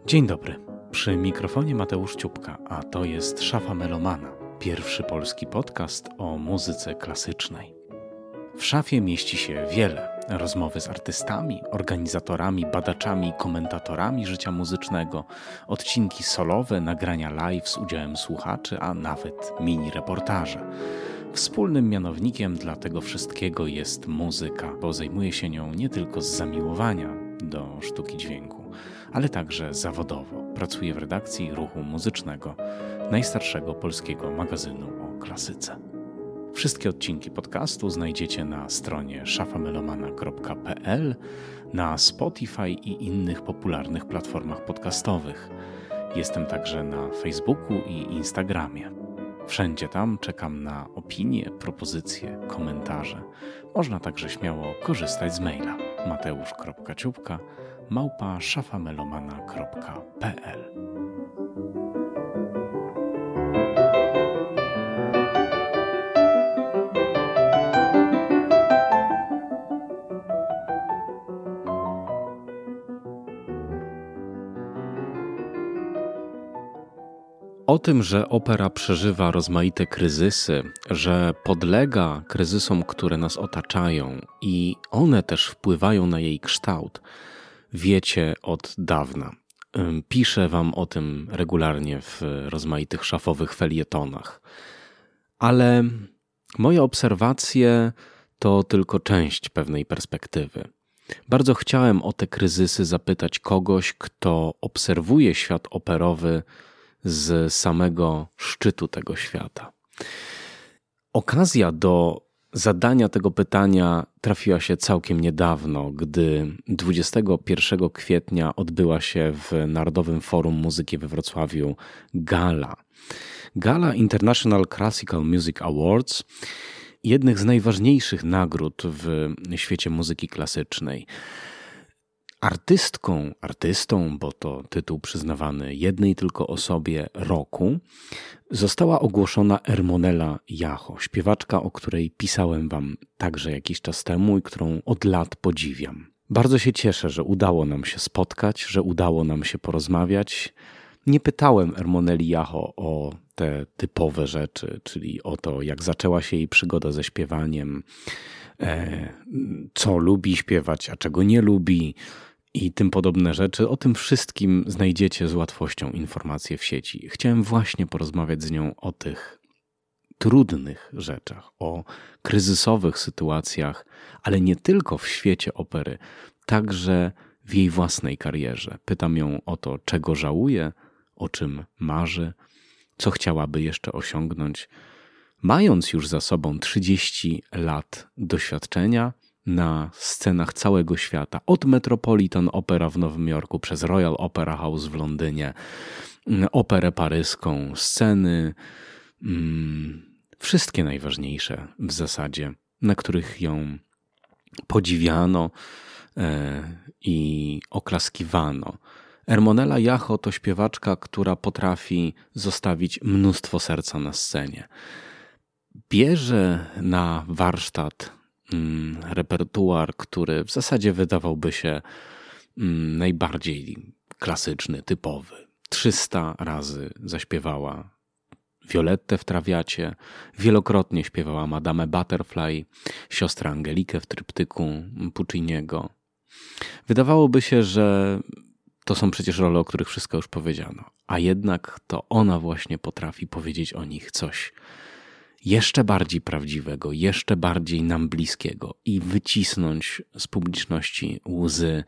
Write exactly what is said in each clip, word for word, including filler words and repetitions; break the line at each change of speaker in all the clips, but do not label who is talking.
Dzień dobry, przy mikrofonie Mateusz Ciupka, a to jest Szafa Melomana, pierwszy polski podcast o muzyce klasycznej. W szafie mieści się wiele rozmowy z artystami, organizatorami, badaczami, komentatorami życia muzycznego, odcinki solowe, nagrania live z udziałem słuchaczy, a nawet mini-reportaże. Wspólnym mianownikiem dla tego wszystkiego jest muzyka, bo zajmuje się nią nie tylko z zamiłowania do sztuki dźwięku, ale także zawodowo. Pracuje w redakcji Ruchu Muzycznego, najstarszego polskiego magazynu o klasyce. Wszystkie odcinki podcastu znajdziecie na stronie szafamelomana kropka p l, na Spotify i innych popularnych platformach podcastowych. Jestem także na Facebooku i Instagramie. Wszędzie tam czekam na opinie, propozycje, komentarze. Można także śmiało korzystać z maila mateusz kropka ciupka małpa szafamelomana kropka p l. O tym, że opera przeżywa rozmaite kryzysy, że podlega kryzysom, które nas otaczają i one też wpływają na jej kształt, wiecie od dawna. Piszę wam o tym regularnie w rozmaitych szafowych felietonach. Ale moje obserwacje to tylko część pewnej perspektywy. Bardzo chciałem o te kryzysy zapytać kogoś, kto obserwuje świat operowy z samego szczytu tego świata. Okazja do zadania tego pytania trafiła się całkiem niedawno, gdy dwudziestego pierwszego kwietnia odbyła się w Narodowym Forum Muzyki we Wrocławiu gala. Gala International Classical Music Awards, jednych z najważniejszych nagród w świecie muzyki klasycznej. Artystką, artystą, bo to tytuł przyznawany jednej tylko osobie roku, została ogłoszona Ermonela Jacho, śpiewaczka, o której pisałem wam także jakiś czas temu i którą od lat podziwiam. Bardzo się cieszę, że udało nam się spotkać, że udało nam się porozmawiać. Nie pytałem Ermoneli Jacho o te typowe rzeczy, czyli o to, jak zaczęła się jej przygoda ze śpiewaniem, co lubi śpiewać, a czego nie lubi, i tym podobne rzeczy. O tym wszystkim znajdziecie z łatwością informacje w sieci. Chciałem właśnie porozmawiać z nią o tych trudnych rzeczach, o kryzysowych sytuacjach, ale nie tylko w świecie opery, także w jej własnej karierze. Pytam ją o to, czego żałuje, o czym marzy, co chciałaby jeszcze osiągnąć, mając już za sobą trzydzieści lat doświadczenia na scenach całego świata, od Metropolitan Opera w Nowym Jorku, przez Royal Opera House w Londynie, operę paryską, sceny, mm, wszystkie najważniejsze w zasadzie, na których ją podziwiano e, i oklaskiwano. Ermonela Jacho to śpiewaczka, która potrafi zostawić mnóstwo serca na scenie. Bierze na warsztat repertuar, który w zasadzie wydawałby się najbardziej klasyczny, typowy. trzysta razy zaśpiewała Violettę w Trawiacie, wielokrotnie śpiewała Madame Butterfly, siostrę Angelikę w tryptyku Pucciniego. Wydawałoby się, że to są przecież role, o których wszystko już powiedziano, a jednak to ona właśnie potrafi powiedzieć o nich coś jeszcze bardziej prawdziwego, jeszcze bardziej nam bliskiego i wycisnąć z publiczności łzy,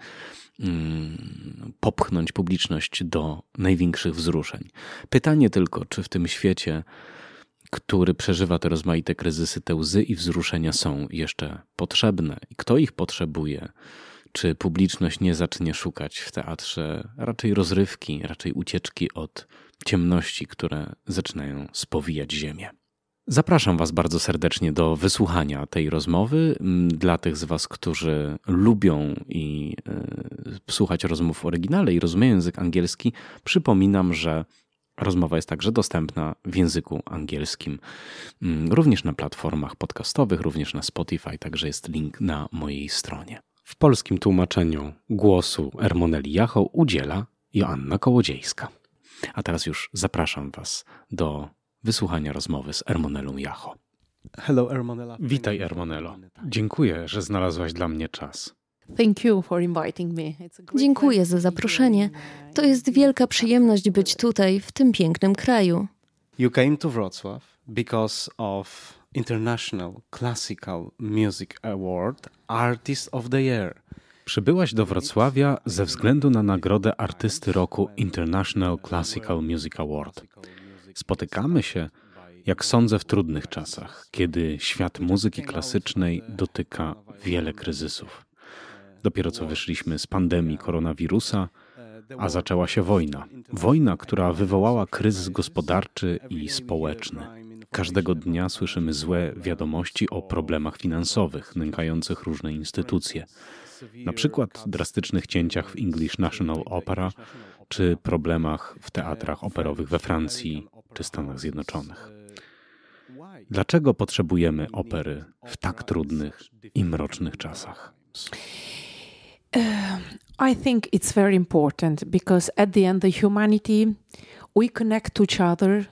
popchnąć publiczność do największych wzruszeń. Pytanie tylko, czy w tym świecie, który przeżywa te rozmaite kryzysy, te łzy i wzruszenia są jeszcze potrzebne i kto ich potrzebuje? Czy publiczność nie zacznie szukać w teatrze raczej rozrywki, raczej ucieczki od ciemności, które zaczynają spowijać ziemię? Zapraszam was bardzo serdecznie do wysłuchania tej rozmowy. Dla tych z was, którzy lubią i y, słuchać rozmów w oryginale i rozumieją język angielski, przypominam, że rozmowa jest także dostępna w języku angielskim, również na platformach podcastowych, również na Spotify, także jest link na mojej stronie. W polskim tłumaczeniu głosu Ermoneli Jacho udziela Joanna Kołodziejska. A teraz już zapraszam Was do wysłuchania rozmowy z Ermonelą Jacho.
Hello, Ermonela.
Witaj, Ermonelo. Dziękuję, że znalazłaś dla mnie czas.
Thank you for inviting me.
Dziękuję za zaproszenie. To jest wielka przyjemność być tutaj, w tym pięknym kraju.
You came to Wrocław because of International Classical Music Award Artist of the Year.
Przybyłaś do Wrocławia ze względu na nagrodę Artysty Roku International Classical Music Award. Spotykamy się, jak sądzę, w trudnych czasach, kiedy świat muzyki klasycznej dotyka wiele kryzysów. Dopiero co wyszliśmy z pandemii koronawirusa, a zaczęła się wojna. Wojna, która wywołała kryzys gospodarczy i społeczny. Każdego dnia słyszymy złe wiadomości o problemach finansowych nękających różne instytucje. Na przykład drastycznych cięciach w English National Opera, czy problemach w teatrach operowych we Francji czy Stanach Zjednoczonych. Dlaczego potrzebujemy opery w tak trudnych i mrocznych czasach?
Uh, I think it's very important because at the end the humanity, we connect to each other.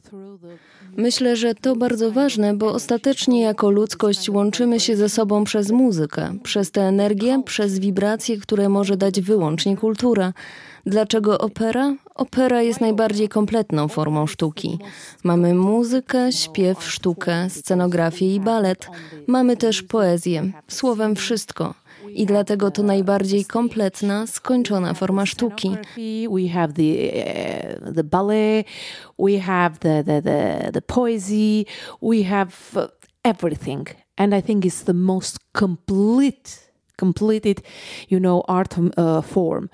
Myślę, że to bardzo ważne, bo ostatecznie jako ludzkość łączymy się ze sobą przez muzykę, przez tę energię, przez wibracje, które może dać wyłącznie kultura. Dlaczego opera? Opera jest najbardziej kompletną formą sztuki. Mamy muzykę, śpiew, sztukę, scenografię i balet. Mamy też poezję, słowem wszystko. I dlatego to najbardziej kompletna, skończona forma sztuki.
We have the uh, the ballet, we have the the the, the poesy, we have everything, and I think it's the most complete, completed, you know, art uh, form.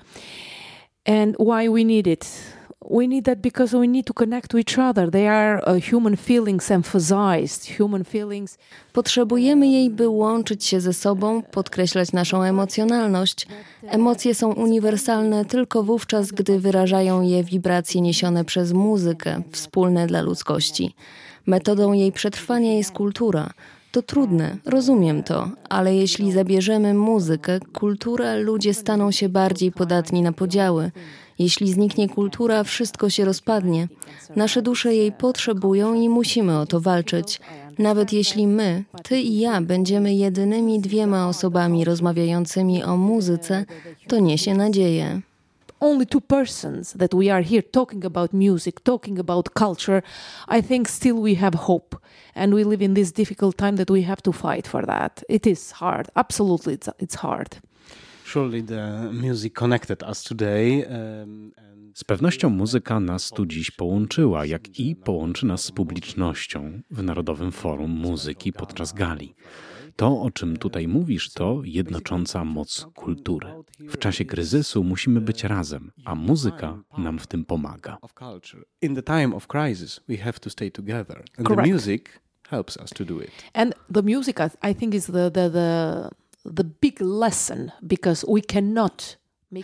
And why we need it? We need that because we need to connect to each other. They are uh, human feelings emphasized, human feelings.
Potrzebujemy jej, by łączyć się ze sobą, podkreślać naszą emocjonalność. Emocje są uniwersalne tylko wówczas, gdy wyrażają je wibracje niesione przez muzykę, wspólne dla ludzkości. Metodą jej przetrwania jest kultura. To trudne, rozumiem to, ale jeśli zabierzemy muzykę, kulturę, ludzie staną się bardziej podatni na podziały. Jeśli zniknie kultura, wszystko się rozpadnie. Nasze dusze jej potrzebują i musimy o to walczyć. Nawet jeśli my, ty i ja, będziemy jedynymi dwiema osobami rozmawiającymi o muzyce, to niesie nadzieję.
Only two persons that we are here talking about music, talking about culture, I think still we have hope. And we live in this difficult time that we have to fight for that. It is hard. Absolutely, it's, it's hard.
Surely the music connected us today. Um, and...
Z pewnością muzyka nas tu dziś połączyła, jak i połączy nas z publicznością w Narodowym Forum Muzyki podczas gali. To, o czym tutaj mówisz, to jednocząca moc kultury. W czasie kryzysu musimy być razem, a muzyka nam w tym pomaga.
In the time of crisis, we have to stay together. And the music helps us to do it.
And the music, I think, is the the the, the big lesson because we cannot.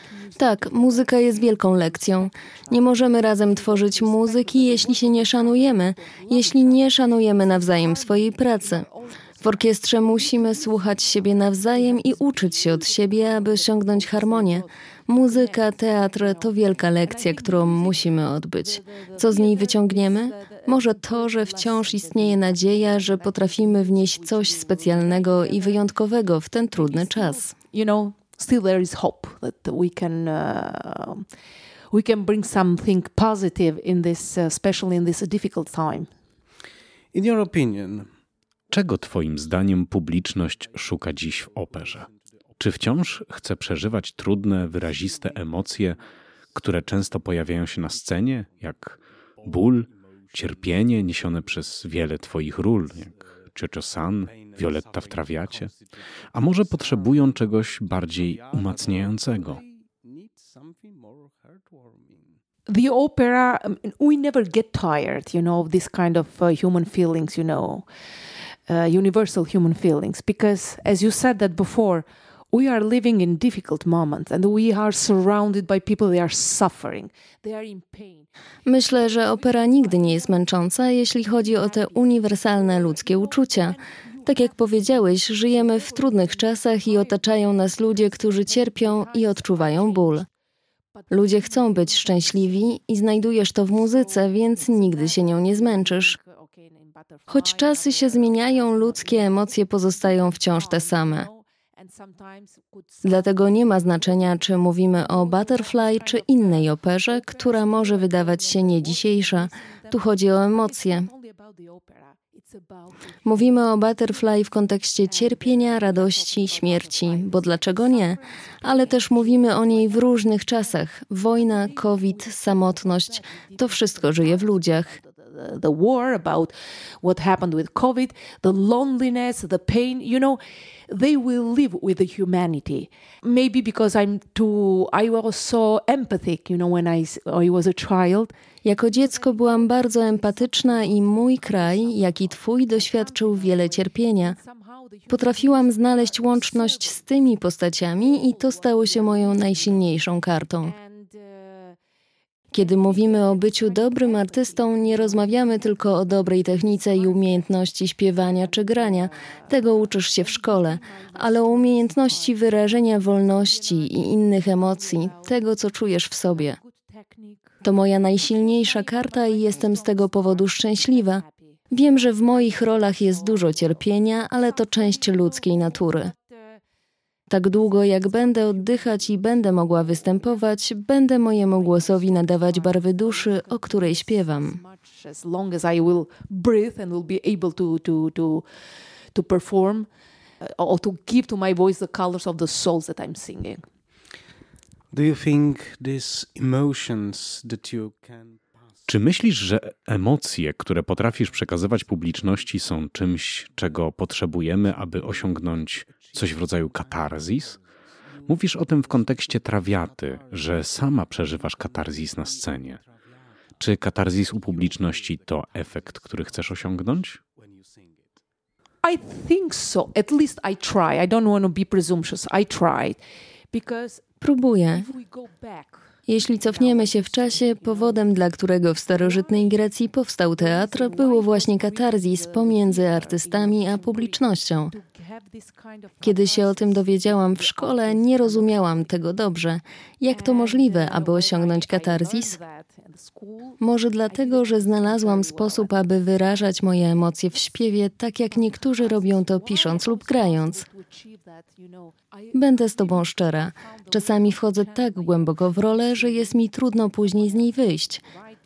Tak, muzyka jest wielką lekcją. Nie możemy razem tworzyć muzyki, jeśli się nie szanujemy, jeśli nie szanujemy nawzajem swojej pracy. W orkiestrze musimy słuchać siebie nawzajem i uczyć się od siebie, aby osiągnąć harmonię. Muzyka, teatr to wielka lekcja, którą musimy odbyć. Co z niej wyciągniemy? Może to, że wciąż istnieje nadzieja, że potrafimy wnieść coś specjalnego i wyjątkowego w ten trudny czas.
You know, still there is hope that we can uh, we can bring something positive in this, uh, especially in this difficult time.
In your opinion,
czego twoim zdaniem publiczność szuka dziś w operze? Czy wciąż chce przeżywać trudne, wyraziste emocje, które często pojawiają się na scenie, jak ból, cierpienie niesione przez wiele twoich ról, jak Ciocio San, Violetta w Trawiacie? A może potrzebują czegoś bardziej umacniającego?
The opera, we never get tired, you know, of this kind of uh, human feelings, you know, uh, universal human feelings, because as you said that before, we are living in difficult moments and we are surrounded by people that are suffering, they are in pain.
Myślę, że opera nigdy nie jest męcząca, jeśli chodzi o te uniwersalne ludzkie uczucia. Tak jak powiedziałeś, żyjemy w trudnych czasach i otaczają nas ludzie, którzy cierpią i odczuwają ból. Ludzie chcą być szczęśliwi i znajdujesz to w muzyce, więc nigdy się nią nie zmęczysz. Choć czasy się zmieniają, ludzkie emocje pozostają wciąż te same. Dlatego nie ma znaczenia, czy mówimy o Butterfly, czy innej operze, która może wydawać się nie dzisiejsza. Tu chodzi o emocje. Mówimy o Butterfly w kontekście cierpienia, radości, śmierci, bo dlaczego nie? Ale też mówimy o niej w różnych czasach. Wojna, COVID, samotność, to wszystko żyje w ludziach.
The war, about what happened with COVID, the loneliness, the pain, you know, they will live with the humanity. Maybe because I'm too, I was so empathic, you know, when I, I was a child.
Jako dziecko byłam bardzo empatyczna i mój kraj, jak i twój, doświadczył wiele cierpienia. Potrafiłam znaleźć łączność z tymi postaciami i to stało się moją najsilniejszą kartą. Kiedy mówimy o byciu dobrym artystą, nie rozmawiamy tylko o dobrej technice i umiejętności śpiewania czy grania. Tego uczysz się w szkole, ale o umiejętności wyrażenia wolności i innych emocji, tego, co czujesz w sobie. To moja najsilniejsza karta i jestem z tego powodu szczęśliwa. Wiem, że w moich rolach jest dużo cierpienia, ale to część ludzkiej natury. Tak długo jak będę oddychać i będę mogła występować, będę mojemu głosowi nadawać barwy duszy, o której śpiewam.
As long as I will breathe and will be able to to to to perform or to give to my voice the colors of the souls that I'm singing.
Do you think these emotions that you can pass?
Czy myślisz, że emocje, które potrafisz przekazywać publiczności, są czymś, czego potrzebujemy, aby osiągnąć coś w rodzaju katarzis? Mówisz o tym w kontekście Trawiaty, że sama przeżywasz katarzis na scenie. Czy katarzis u publiczności to efekt, który chcesz osiągnąć?
I think so. At least I try. I don't want to be presumptuous. I tried because
Próbuję.
if we go back,
Jeśli cofniemy się w czasie, powodem, dla którego w starożytnej Grecji powstał teatr, było właśnie katarzis pomiędzy artystami a publicznością. Kiedy się o tym dowiedziałam w szkole, nie rozumiałam tego dobrze. Jak to możliwe, aby osiągnąć katarzis? Może dlatego, że znalazłam sposób, aby wyrażać moje emocje w śpiewie, tak jak niektórzy robią to pisząc lub grając. Będę z tobą szczera. Czasami wchodzę tak głęboko w rolę, że jest mi trudno później z niej wyjść.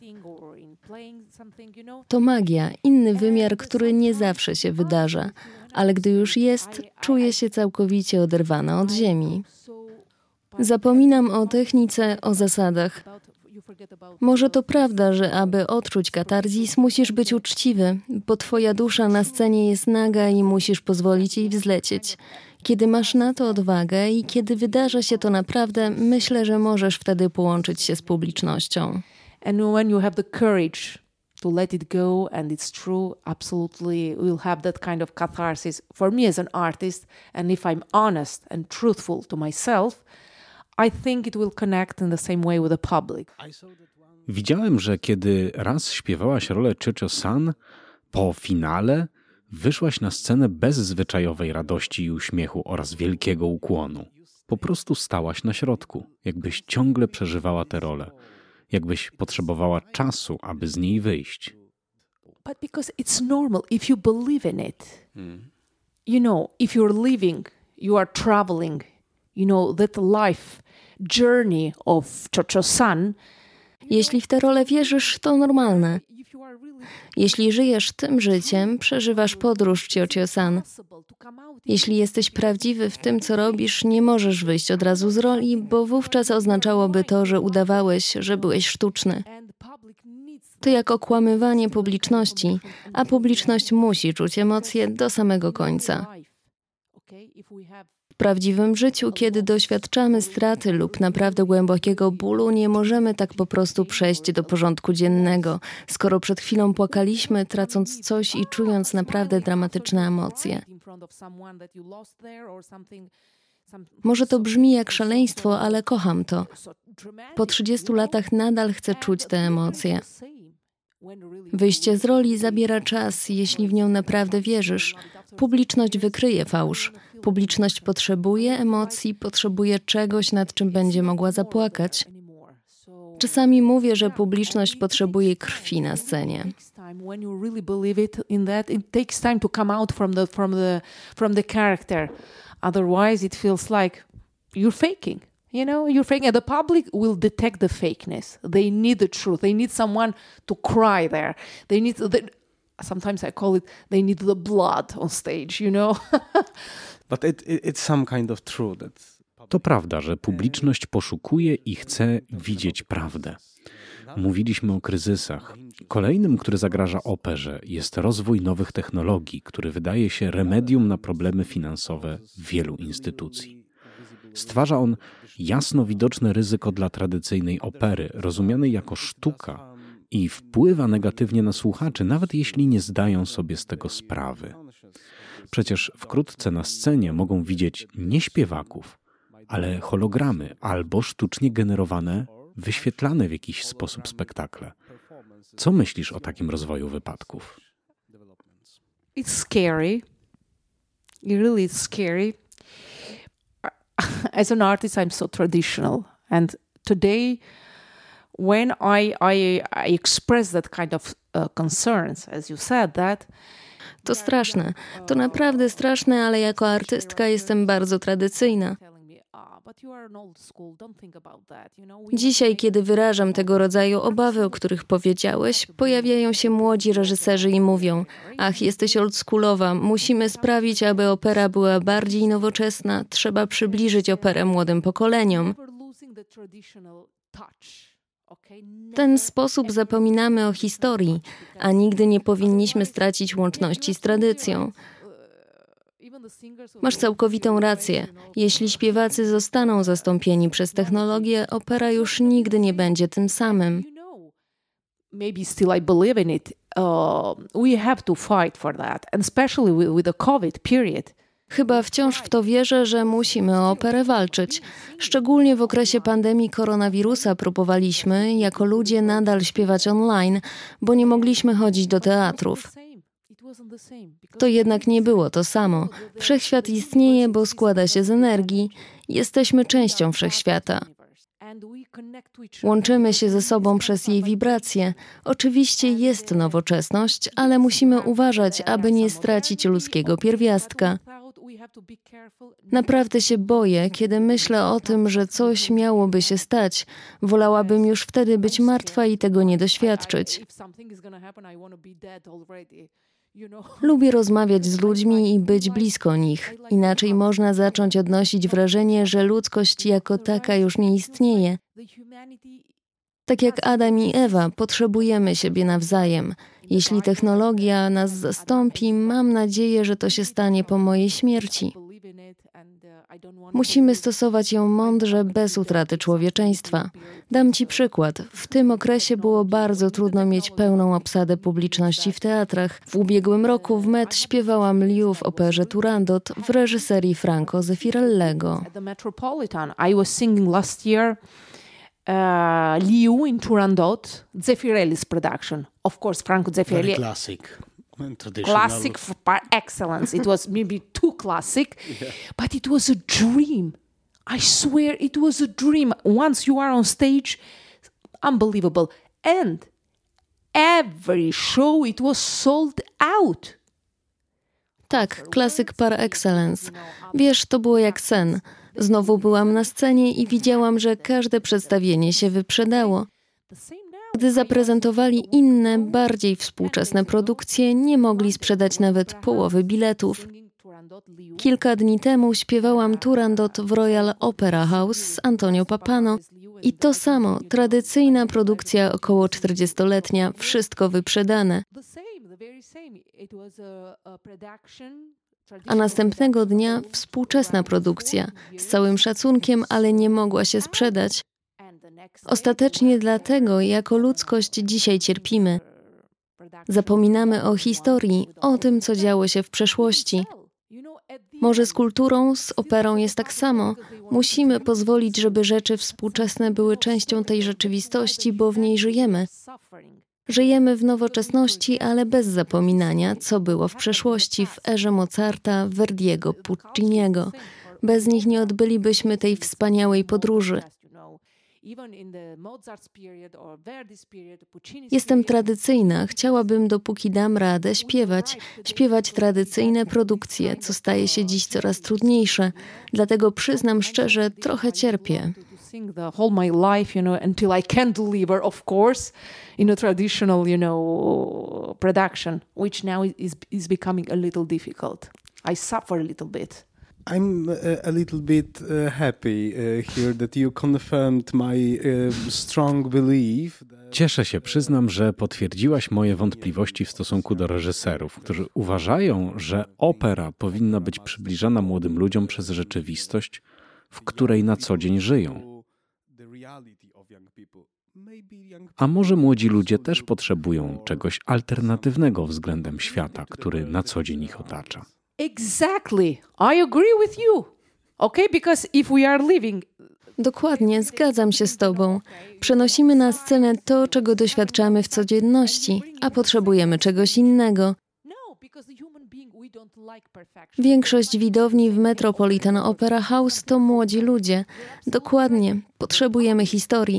To magia, inny wymiar, który nie zawsze się wydarza, ale gdy już jest, czuję się całkowicie oderwana od ziemi. Zapominam o technice, o zasadach. Może to prawda, że aby odczuć katarzis, musisz być uczciwy, bo twoja dusza na scenie jest naga i musisz pozwolić jej wzlecieć. Kiedy masz na to odwagę i kiedy wydarza się to naprawdę, myślę, że możesz wtedy połączyć się z publicznością.
and when you have the courage to let it go and it's true, absolutely we'll have that kind of catharsis for me as an artist. And if I'm honest and truthful to myself, I think it will connect in the same way with the public.
Widziałem, że kiedy raz śpiewałaś rolę Cio-Cio-San, po finale wyszłaś na scenę bez zwyczajowej radości i uśmiechu oraz wielkiego ukłonu. Po prostu stałaś na środku, jakbyś ciągle przeżywała tę rolę, jakbyś potrzebowała czasu, aby z niej wyjść.
But because it's normal if you believe in it. Mm. You know, if you're living, you are traveling, you know, that life journey of Cio-Cio-San.
Jeśli w tę rolę wierzysz, to normalne. Jeśli żyjesz tym życiem, przeżywasz podróż Cio-Cio-San. Jeśli jesteś prawdziwy w tym, co robisz, nie możesz wyjść od razu z roli, bo wówczas oznaczałoby to, że udawałeś, że byłeś sztuczny. To jak okłamywanie publiczności, a publiczność musi czuć emocje do samego końca. W prawdziwym życiu, kiedy doświadczamy straty lub naprawdę głębokiego bólu, nie możemy tak po prostu przejść do porządku dziennego, skoro przed chwilą płakaliśmy, tracąc coś i czując naprawdę dramatyczne emocje. Może to brzmi jak szaleństwo, ale kocham to. Po trzydziestu latach nadal chcę czuć te emocje. Wyjście z roli zabiera czas, jeśli w nią naprawdę wierzysz. Publiczność wykryje fałsz. Publiczność potrzebuje emocji, potrzebuje czegoś, nad czym będzie mogła zapłakać. Czasami mówię, że publiczność potrzebuje krwi na scenie.
When you really believe it in that, it takes time to come out from the from the from the character. Otherwise, it feels like you're faking. You know, you're faking. And the public will detect the fakeness. They need the truth. They need someone to cry there. They need the, sometimes I call it, they need the blood on stage, you know?
But it, it, it's some kind of truth. That...
To prawda, że publiczność poszukuje i chce widzieć prawdę. Mówiliśmy o kryzysach. Kolejnym, który zagraża operze, jest rozwój nowych technologii, który wydaje się remedium na problemy finansowe wielu instytucji. Stwarza on jasno widoczne ryzyko dla tradycyjnej opery, rozumianej jako sztuka, i wpływa negatywnie na słuchaczy, nawet jeśli nie zdają sobie z tego sprawy. Przecież wkrótce na scenie mogą widzieć nie śpiewaków, ale hologramy albo sztucznie generowane, wyświetlane w jakiś sposób spektakle. Co myślisz o takim rozwoju wypadków?
It's scary. It really is scary. As an artist, I'm so traditional. And today, when I, I, I express that kind of uh, concerns, as you said that,
To straszne. To naprawdę straszne, ale jako artystka jestem bardzo tradycyjna. Dzisiaj, kiedy wyrażam tego rodzaju obawy, o których powiedziałeś, pojawiają się młodzi reżyserzy i mówią: ach, jesteś oldschoolowa, musimy sprawić, aby opera była bardziej nowoczesna, trzeba przybliżyć operę młodym pokoleniom. W ten sposób zapominamy o historii, a nigdy nie powinniśmy stracić łączności z tradycją. Masz całkowitą rację. Jeśli śpiewacy zostaną zastąpieni przez technologię, opera już nigdy nie będzie tym samym.
Maybe still I believe in it. Uh, we have to fight for that, and especially with, with the COVID period.
Chyba wciąż w to wierzę, że musimy o operę walczyć. Szczególnie w okresie pandemii koronawirusa próbowaliśmy, jako ludzie, nadal śpiewać online, bo nie mogliśmy chodzić do teatrów. To jednak nie było to samo. Wszechświat istnieje, bo składa się z energii. Jesteśmy częścią wszechświata. Łączymy się ze sobą przez jej wibracje. Oczywiście jest nowoczesność, ale musimy uważać, aby nie stracić ludzkiego pierwiastka. Naprawdę się boję, kiedy myślę o tym, że coś miałoby się stać. Wolałabym już wtedy być martwa i tego nie doświadczyć. Lubię rozmawiać z ludźmi i być blisko nich. Inaczej można zacząć odnosić wrażenie, że ludzkość jako taka już nie istnieje. Tak jak Adam i Ewa, potrzebujemy siebie nawzajem. Jeśli technologia nas zastąpi, mam nadzieję, że to się stanie po mojej śmierci. Musimy stosować ją mądrze, bez utraty człowieczeństwa. Dam Ci przykład. W tym okresie było bardzo trudno mieć pełną obsadę publiczności w teatrach. W ubiegłym roku w Met śpiewałam Liu w operze Turandot w reżyserii Franco Zeffirellego.
I was singing last year uh, Liu in Turandot, Zeffirelli's production. Of course, Franco Zeffirelli.
Very classic.
Classic par excellence. It was maybe too classic, yeah. But it was a dream. I swear it was a dream. Once you are on stage, unbelievable. And every show it was sold out.
Tak, klasyk par excellence. Wiesz, to było jak sen. Znowu byłam na scenie i widziałam, że każde przedstawienie się wyprzedało. Gdy zaprezentowali inne, bardziej współczesne produkcje, nie mogli sprzedać nawet połowy biletów. Kilka dni temu śpiewałam Turandot w Royal Opera House z Antonio Papano i to samo, tradycyjna produkcja około czterdziestoletnia, wszystko wyprzedane. A następnego dnia współczesna produkcja, z całym szacunkiem, ale nie mogła się sprzedać. Ostatecznie dlatego jako ludzkość dzisiaj cierpimy. Zapominamy o historii, o tym, co działo się w przeszłości. Może z kulturą, z operą jest tak samo. Musimy pozwolić, żeby rzeczy współczesne były częścią tej rzeczywistości, bo w niej żyjemy. Żyjemy w nowoczesności, ale bez zapominania, co było w przeszłości, w erze Mozarta, Verdiego, Pucciniego. Bez nich nie odbylibyśmy tej wspaniałej podróży. Jestem tradycyjna, chciałabym dopóki dam radę śpiewać, śpiewać tradycyjne produkcje, co staje się dziś coraz trudniejsze. Dlatego przyznam szczerze, trochę cierpię.
The whole my life, you know, until I can deliver, of course, in a traditional, you know, production, which now is is becoming a little difficult. I suffer a little bit.
I'm a, a little bit uh, happy uh, here that you confirmed my uh, strong belief.
Cieszę się, przyznam, że potwierdziłaś moje wątpliwości w stosunku do reżyserów, którzy uważają, że opera powinna być przybliżana młodym ludziom przez rzeczywistość, w której na co dzień żyją. A może młodzi ludzie też potrzebują czegoś alternatywnego względem świata, który na co dzień ich otacza?
Exactly. I agree with you. Okay, because if we are living...
Dokładnie, zgadzam się z tobą. Przenosimy na scenę to, czego doświadczamy w codzienności, a potrzebujemy czegoś innego. Większość widowni w Metropolitan Opera House to młodzi ludzie. Dokładnie, potrzebujemy historii.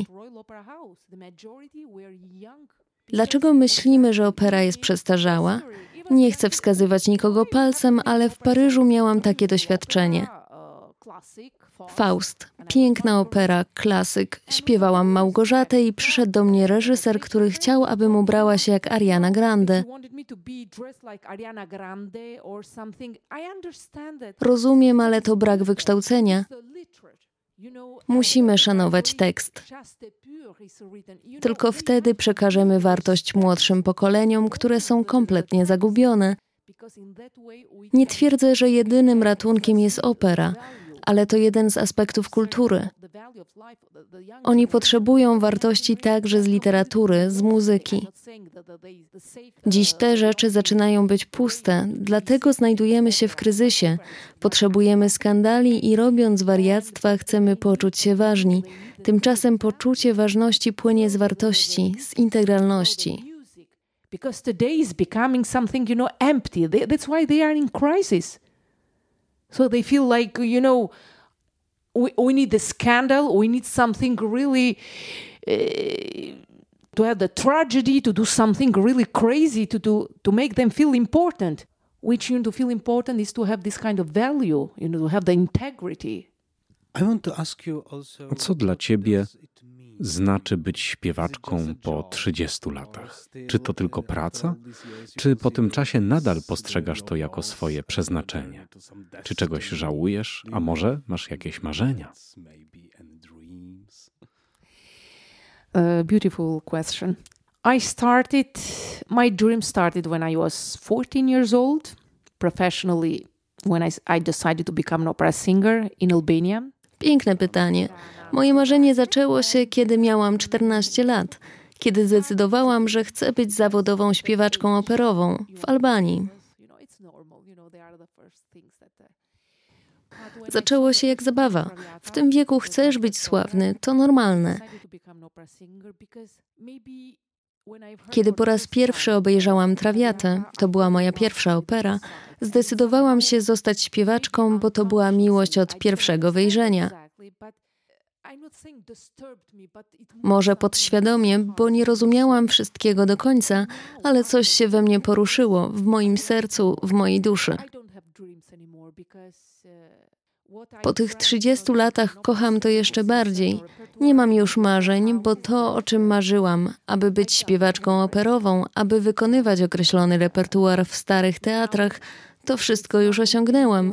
Dlaczego myślimy, że opera jest przestarzała? Nie chcę wskazywać nikogo palcem, ale w Paryżu miałam takie doświadczenie. Faust, piękna opera, klasyk. Śpiewałam Małgorzatę i przyszedł do mnie reżyser, który chciał, abym ubrała się jak Ariana Grande. Rozumiem, ale to brak wykształcenia. Musimy szanować tekst. Tylko wtedy przekażemy wartość młodszym pokoleniom, które są kompletnie zagubione. Nie twierdzę, że jedynym ratunkiem jest opera, ale to jeden z aspektów kultury. Oni potrzebują wartości także z literatury, z muzyki. Dziś te rzeczy zaczynają być puste, dlatego znajdujemy się w kryzysie. Potrzebujemy skandali i robiąc wariactwa chcemy poczuć się ważni. Tymczasem poczucie ważności płynie z wartości, z integralności.
Because today is becoming something, you know, empty. That's why they are in crisis. So they feel like, you know, we, we need a scandal, we need something really, uh, to have the tragedy, to do something really crazy, to do, to make them feel important. Which, you know, to feel important is to have this kind of value, you know, to have the integrity.
I want to ask you also,
co dla ciebie znaczy być śpiewaczką po trzydziestu latach? Czy to tylko praca? Czy po tym czasie nadal postrzegasz to jako swoje przeznaczenie? Czy czegoś żałujesz? A może masz jakieś marzenia?
A beautiful question. I started, my dream started when I was fourteen years old, professionally, when I, I decided to become an opera singer in Albania.
Piękne pytanie. Moje marzenie zaczęło się, kiedy miałam czternaście lat, kiedy zdecydowałam, że chcę być zawodową śpiewaczką operową w Albanii. Zaczęło się jak zabawa. W tym wieku chcesz być sławny, to normalne. Kiedy po raz pierwszy obejrzałam Traviatę, to była moja pierwsza opera, zdecydowałam się zostać śpiewaczką, bo to była miłość od pierwszego wejrzenia. Może podświadomie, bo nie rozumiałam wszystkiego do końca, ale coś się we mnie poruszyło, w moim sercu, w mojej duszy. Po tych trzydziestu latach kocham to jeszcze bardziej. Nie mam już marzeń, bo to, o czym marzyłam, aby być śpiewaczką operową, aby wykonywać określony repertuar w starych teatrach, to wszystko już osiągnęłam.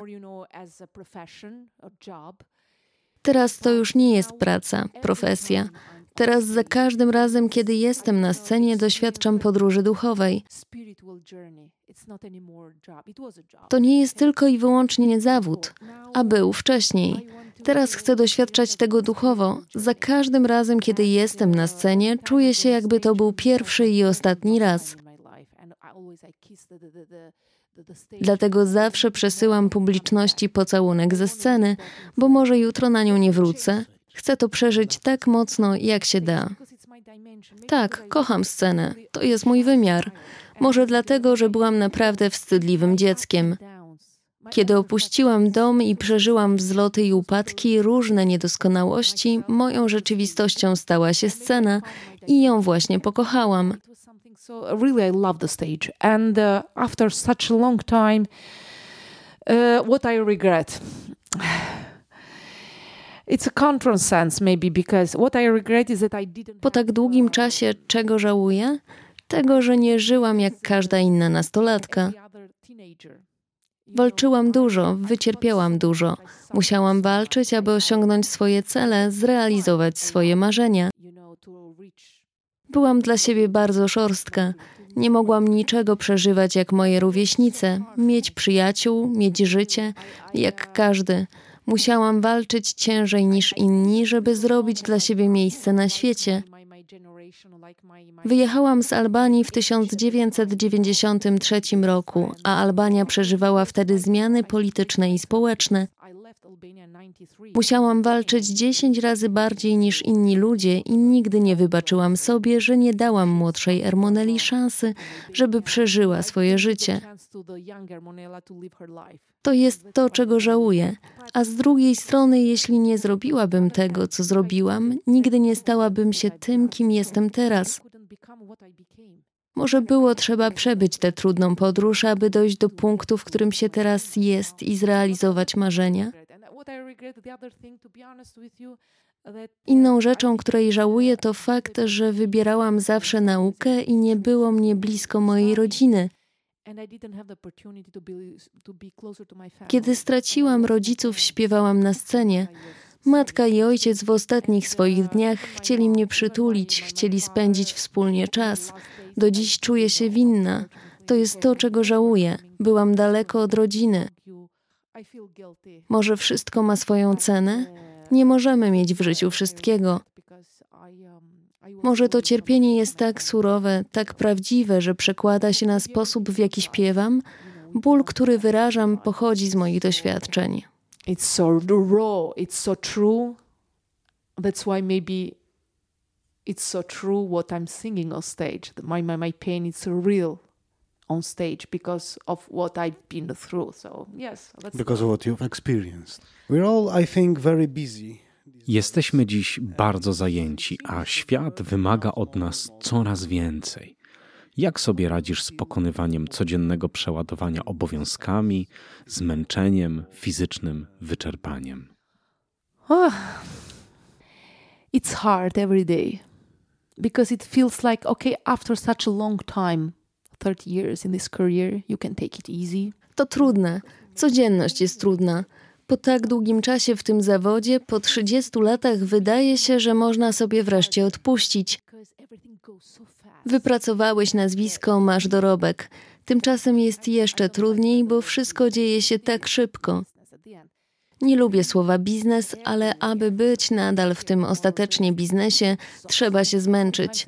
Teraz to już nie jest praca, profesja. Teraz za każdym razem, kiedy jestem na scenie, doświadczam podróży duchowej. To nie jest tylko i wyłącznie zawód, a był wcześniej. Teraz chcę doświadczać tego duchowo. Za każdym razem, kiedy jestem na scenie, czuję się, jakby to był pierwszy i ostatni raz. Dlatego zawsze przesyłam publiczności pocałunek ze sceny, bo może jutro na nią nie wrócę. Chcę to przeżyć tak mocno, jak się da. Tak, kocham scenę. To jest mój wymiar. Może dlatego, że byłam naprawdę wstydliwym dzieckiem. Kiedy opuściłam dom i przeżyłam wzloty i upadki, różne niedoskonałości, moją rzeczywistością stała się scena i ją właśnie pokochałam.
So really, I love the stage. And uh, after such a long time, uh, what I regret. It's a countersense maybe, because what I regret is that I didn't.
Po tak długim czasie czego żałuję? Tego, że nie żyłam jak każda inna nastolatka. Walczyłam dużo, wycierpiałam dużo. Musiałam walczyć, aby osiągnąć swoje cele, zrealizować swoje marzenia. Byłam dla siebie bardzo szorstka. Nie mogłam niczego przeżywać jak moje rówieśnice, mieć przyjaciół, mieć życie, jak każdy. Musiałam walczyć ciężej niż inni, żeby zrobić dla siebie miejsce na świecie. Wyjechałam z Albanii w tysiąc dziewięćset dziewięćdziesiątym trzecim roku, a Albania przeżywała wtedy zmiany polityczne i społeczne. Musiałam walczyć dziesięć razy bardziej niż inni ludzie i nigdy nie wybaczyłam sobie, że nie dałam młodszej Ermoneli szansy, żeby przeżyła swoje życie. To jest to, czego żałuję. A z drugiej strony, jeśli nie zrobiłabym tego, co zrobiłam, nigdy nie stałabym się tym, kim jestem teraz. Może było trzeba przebyć tę trudną podróż, aby dojść do punktu, w którym się teraz jest i zrealizować marzenia. Inną rzeczą, której żałuję, to fakt, że wybierałam zawsze naukę i nie było mnie blisko mojej rodziny. Kiedy straciłam rodziców, śpiewałam na scenie. Matka i ojciec w ostatnich swoich dniach chcieli mnie przytulić, chcieli spędzić wspólnie czas. Do dziś czuję się winna. To jest to, czego żałuję. Byłam daleko od rodziny. Może wszystko ma swoją cenę? Nie możemy mieć w życiu wszystkiego. Może to cierpienie jest tak surowe, tak prawdziwe, że przekłada się na sposób, w jaki śpiewam? Ból, który wyrażam, pochodzi z moich doświadczeń.
It's so raw, it's so true. That's why maybe it's so true what I'm singing on stage. My, my, my pain is real on stage because of what I've been through. So yes, that's
because of what you've experienced. We're all, I think, very busy.
Jesteśmy dziś bardzo zajęci, a świat wymaga od nas coraz więcej. Jak sobie radzisz z pokonywaniem codziennego przeładowania obowiązkami, zmęczeniem, fizycznym wyczerpaniem?
Oh, it's hard every day because it feels like, okay, after such a long time, thirty years in this career, you can take it easy.
To trudne. Codzienność jest trudna. Po tak długim czasie w tym zawodzie, po trzydziestu latach, wydaje się, że można sobie wreszcie odpuścić. Wypracowałeś nazwisko, masz dorobek. Tymczasem jest jeszcze trudniej, bo wszystko dzieje się tak szybko. Nie lubię słowa biznes, ale aby być nadal w tym ostatecznie biznesie, trzeba się zmęczyć.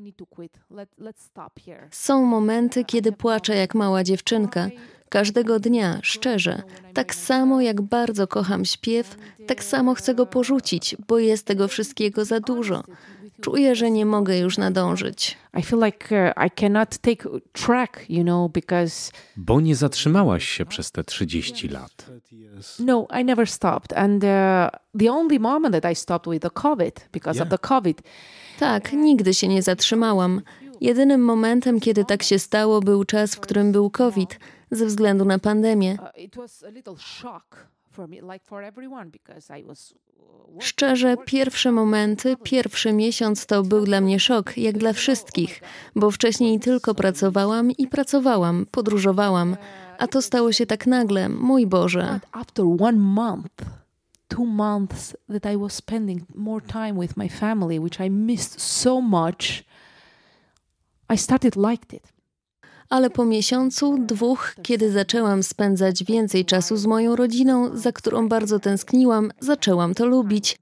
Są momenty, kiedy płaczę jak mała dziewczynka. Każdego dnia, szczerze. Tak samo jak bardzo kocham śpiew, tak samo chcę go porzucić, bo jest tego wszystkiego za dużo. Czuję, że nie mogę już nadążyć.
I feel like uh, I cannot take track, you know, because
Bo nie zatrzymałaś się przez te trzydzieści lat.
no, I never stopped. And uh, the only moment that I stopped with the COVID, because of the COVID.
Tak, nigdy się nie zatrzymałam. Jedynym momentem, kiedy tak się stało, był czas, w którym był COVID, ze względu na pandemię.
Uh, it was a little shock for me, like for everyone, because I was
Szczerze, pierwsze momenty, pierwszy miesiąc to był dla mnie szok, jak dla wszystkich, bo wcześniej tylko pracowałam i pracowałam, podróżowałam, a to stało się tak nagle, mój Boże.
after one month, two months that I was spending more time with my family, which I missed so much, I started liked it.
Ale po miesiącu, dwóch, kiedy zaczęłam spędzać więcej czasu z moją rodziną, za którą bardzo tęskniłam, zaczęłam to lubić.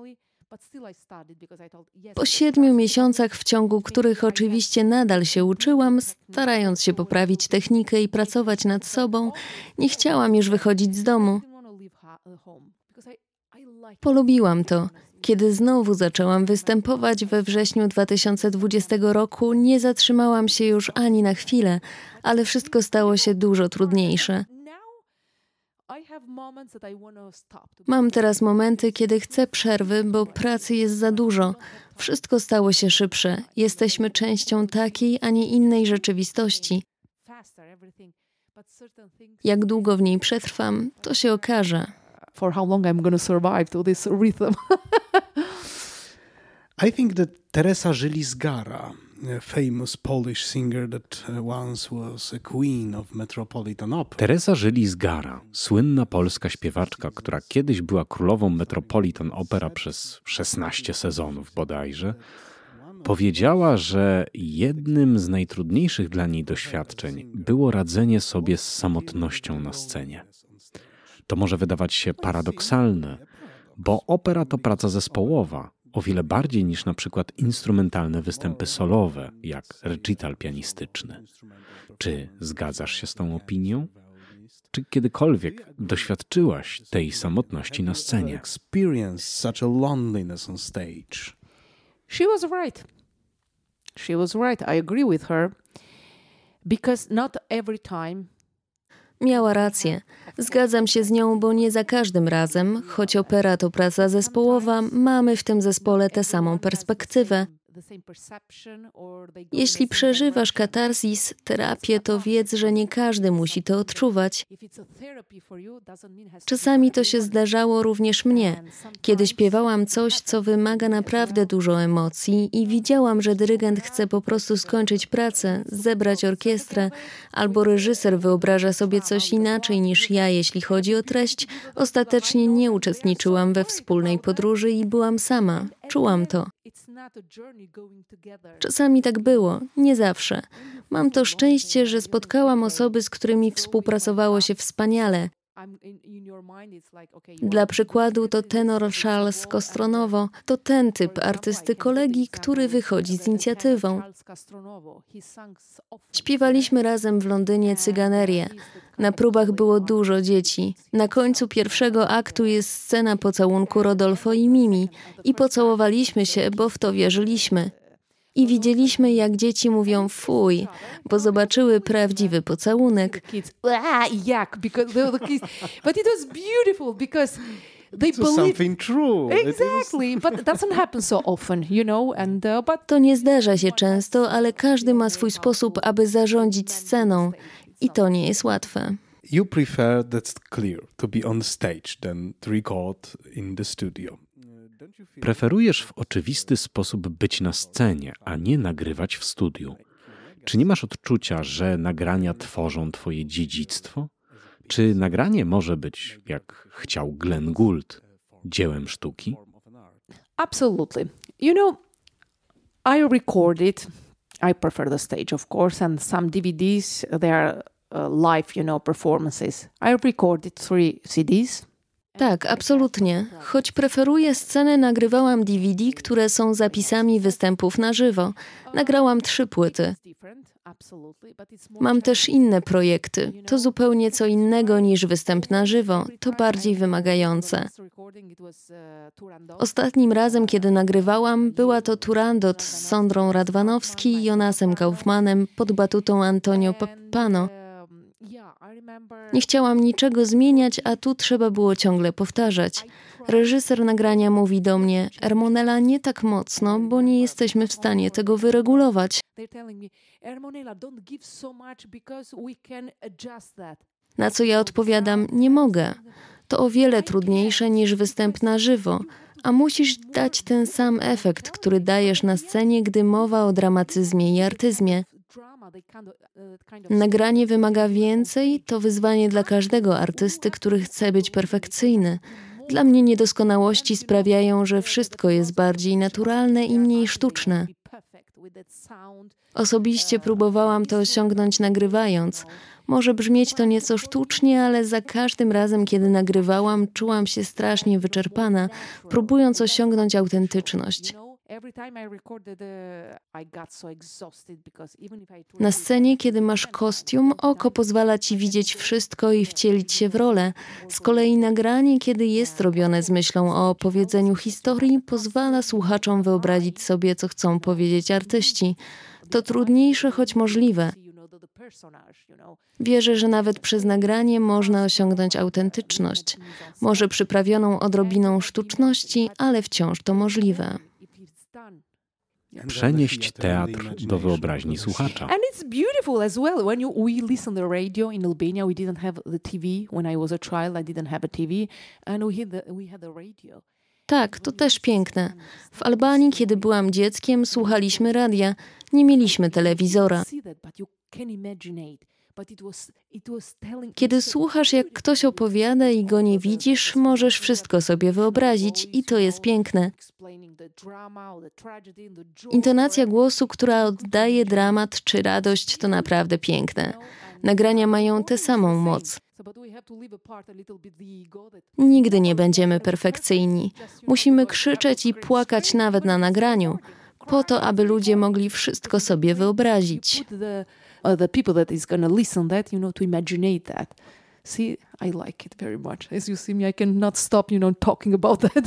Po siedmiu miesiącach, w ciągu których oczywiście nadal się uczyłam, starając się poprawić technikę i pracować nad sobą, nie chciałam już wychodzić z domu. Polubiłam to. Kiedy znowu zaczęłam występować we wrześniu dwa tysiące dwudziestego roku, nie zatrzymałam się już ani na chwilę, ale wszystko stało się dużo trudniejsze. Mam teraz momenty, kiedy chcę przerwy, bo pracy jest za dużo. Wszystko stało się szybsze. Jesteśmy częścią takiej, a nie innej rzeczywistości. Jak długo w niej przetrwam, to się okaże.
For how long I'm going to survive to this rhythm.
I think that Teresa Żylis-Gara, a famous Polish singer that once was a queen of Metropolitan Opera.
Teresa Żylis-Gara, słynna polska śpiewaczka, która kiedyś była królową Metropolitan Opera przez szesnaście sezonów bodajże, powiedziała, że jednym z najtrudniejszych dla niej doświadczeń było radzenie sobie z samotnością na scenie. To może wydawać się paradoksalne, bo opera to praca zespołowa, o wiele bardziej niż na przykład instrumentalne występy solowe, jak recital pianistyczny. Czy zgadzasz się z tą opinią? Czy kiedykolwiek doświadczyłaś tej samotności na scenie?
Experience such a loneliness on stage.
She was right. She was right. I agree with her. Because not every time.
Miała rację. Zgadzam się z nią, bo nie za każdym razem, choć opera to praca zespołowa, mamy w tym zespole tę samą perspektywę. Jeśli przeżywasz katarzis, terapię, to wiedz, że nie każdy musi to odczuwać. Czasami to się zdarzało również mnie, kiedy śpiewałam coś, co wymaga naprawdę dużo emocji i widziałam, że dyrygent chce po prostu skończyć pracę, zebrać orkiestrę, albo reżyser wyobraża sobie coś inaczej niż ja, jeśli chodzi o treść. Ostatecznie nie uczestniczyłam we wspólnej podróży i byłam sama. Czułam to. Czasami tak było, nie zawsze. Mam to szczęście, że spotkałam osoby, z którymi współpracowało się wspaniale. Dla przykładu to tenor Charles Costronovo. To ten typ artysty kolegi, który wychodzi z inicjatywą. Śpiewaliśmy razem w Londynie Cyganerię. Na próbach było dużo dzieci. Na końcu pierwszego aktu jest scena pocałunku Rodolfo i Mimi. I pocałowaliśmy się, bo w to wierzyliśmy. I widzieliśmy, jak dzieci mówią fuj, bo zobaczyły prawdziwy pocałunek. To nie zdarza się często, ale każdy ma swój sposób, aby zarządzić sceną. I to nie jest łatwe.
You prefer, that's clear, to be on stage than to record in the studio.
Preferujesz w oczywisty sposób być na scenie, a nie nagrywać w studiu. Czy nie masz odczucia, że nagrania tworzą twoje dziedzictwo? Czy nagranie może być, jak chciał Glenn Gould, dziełem sztuki?
Absolutely. You know, I recorded, I prefer the stage of course, and some D V Ds, they are uh, live, you know, performances. I recorded three C Ds.
Tak, absolutnie. Choć preferuję scenę, nagrywałam D V D, które są zapisami występów na żywo. Nagrałam trzy płyty. Mam też inne projekty. To zupełnie co innego niż występ na żywo. To bardziej wymagające. Ostatnim razem, kiedy nagrywałam, była to Turandot z Sondrą Radwanowski i Jonasem Kaufmanem pod batutą Antonio Pappano. Nie chciałam niczego zmieniać, a tu trzeba było ciągle powtarzać. Reżyser nagrania mówi do mnie: Ermonela, nie tak mocno, bo nie jesteśmy w stanie tego wyregulować. Na co ja odpowiadam: nie mogę. To o wiele trudniejsze niż występ na żywo, a musisz dać ten sam efekt, który dajesz na scenie, gdy mowa o dramatyzmie i artyzmie. Nagranie wymaga więcej, to wyzwanie dla każdego artysty, który chce być perfekcyjny. Dla mnie niedoskonałości sprawiają, że wszystko jest bardziej naturalne i mniej sztuczne. Osobiście próbowałam to osiągnąć nagrywając. Może brzmieć to nieco sztucznie, ale za każdym razem, kiedy nagrywałam, czułam się strasznie wyczerpana, próbując osiągnąć autentyczność. Na scenie, kiedy masz kostium, oko pozwala ci widzieć wszystko i wcielić się w rolę. Z kolei nagranie, kiedy jest robione z myślą o opowiedzeniu historii, pozwala słuchaczom wyobrazić sobie, co chcą powiedzieć artyści. To trudniejsze, choć możliwe. Wierzę, że nawet przez nagranie można osiągnąć autentyczność, może przyprawioną odrobiną sztuczności, ale wciąż to możliwe.
Przenieść teatr do wyobraźni słuchacza.
And it's beautiful as well. When you, we listen to the radio in Albania, we didn't have the T V. When I was a child, I didn't have a T V. And we had the, we had the radio.
Tak, to też piękne. W Albanii, kiedy byłam dzieckiem, słuchaliśmy radia. Nie mieliśmy telewizora. Kiedy słuchasz, jak ktoś opowiada i go nie widzisz, możesz wszystko sobie wyobrazić i to jest piękne. Intonacja głosu, która oddaje dramat czy radość, to naprawdę piękne. Nagrania mają tę samą moc. Nigdy nie będziemy perfekcyjni. Musimy krzyczeć i płakać nawet na nagraniu, po to, aby ludzie mogli wszystko sobie wyobrazić.
The people that is going to listen that, you know, to imagine that. See, I like it very much. As you see me, I cannot stop, you know, talking about that.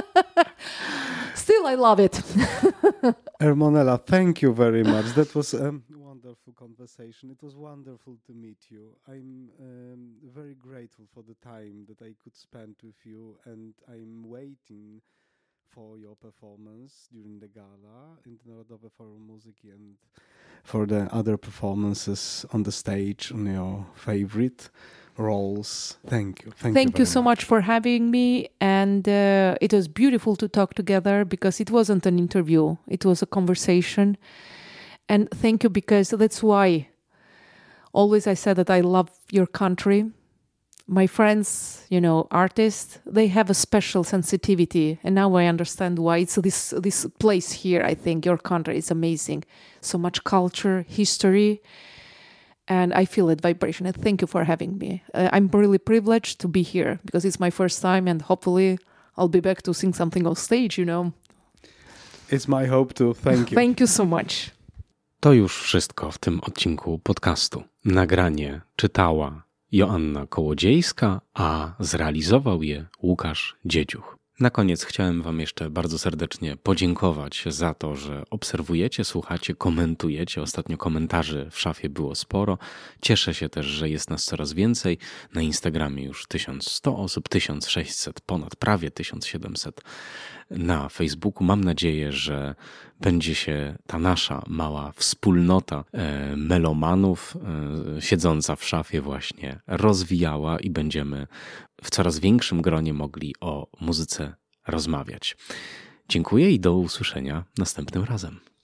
Still, I love it.
Ermonela, thank you very much. That was a wonderful conversation. It was wonderful to meet you. I'm um, very grateful for the time that I could spend with you, and I'm waiting for your performance during the gala in the Narodowe Forum Muzyki and for the other performances on the stage on your favorite roles. Thank you. Thank,
Thank
you,
you so
much.
much for having me. And uh, it was beautiful to talk together because it wasn't an interview. It was a conversation. And thank you because that's why always I said that I love your country. My friends, you know, artists, they have a special sensitivity. And now I understand why. It's this this place here, I think, your country is amazing. So much culture, history. And I feel that vibration. And thank you for having me. Uh, I'm really privileged to be here because it's my first time. And hopefully I'll be back to sing something on stage, you know.
It's my hope too. Thank you.
Thank you so much.
To już wszystko w tym odcinku podcastu. Nagranie czytała Joanna Kołodziejska, a zrealizował je Łukasz Dziedziuch. Na koniec chciałem Wam jeszcze bardzo serdecznie podziękować za to, że obserwujecie, słuchacie, komentujecie. Ostatnio komentarzy w szafie było sporo. Cieszę się też, że jest nas coraz więcej. Na Instagramie już tysiąc sto osób, tysiąc sześćset, ponad prawie tysiąc siedemset. Na Facebooku mam nadzieję, że będzie się ta nasza mała wspólnota e, melomanów e, siedząca w szafie właśnie rozwijała i będziemy w coraz większym gronie mogli o muzyce rozmawiać. Dziękuję i do usłyszenia następnym razem.